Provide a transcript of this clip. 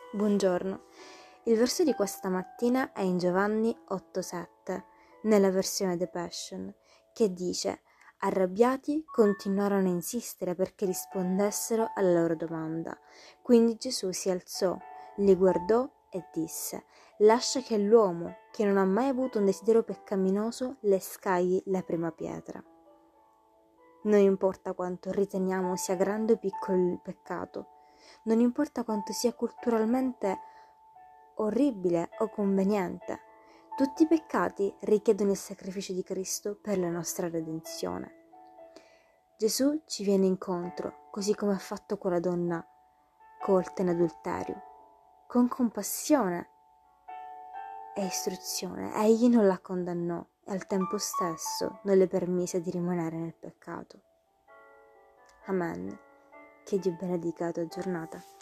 Buongiorno, il verso di questa mattina è in Giovanni 8,7, nella versione The Passion, che dice: arrabbiati continuarono a insistere perché rispondessero alla loro domanda. Quindi Gesù si alzò, li guardò e disse: lascia che l'uomo, che non ha mai avuto un desiderio peccaminoso, le scagli la prima pietra. Non importa quanto riteniamo sia grande o piccolo il peccato, non importa quanto sia culturalmente orribile o conveniente, tutti i peccati richiedono il sacrificio di Cristo per la nostra redenzione. Gesù ci viene incontro, così come ha fatto quella donna colta in adulterio, con compassione e istruzione. Egli non la condannò e al tempo stesso non le permise di rimanere nel peccato. Amen. Che Dio benedica la tua giornata.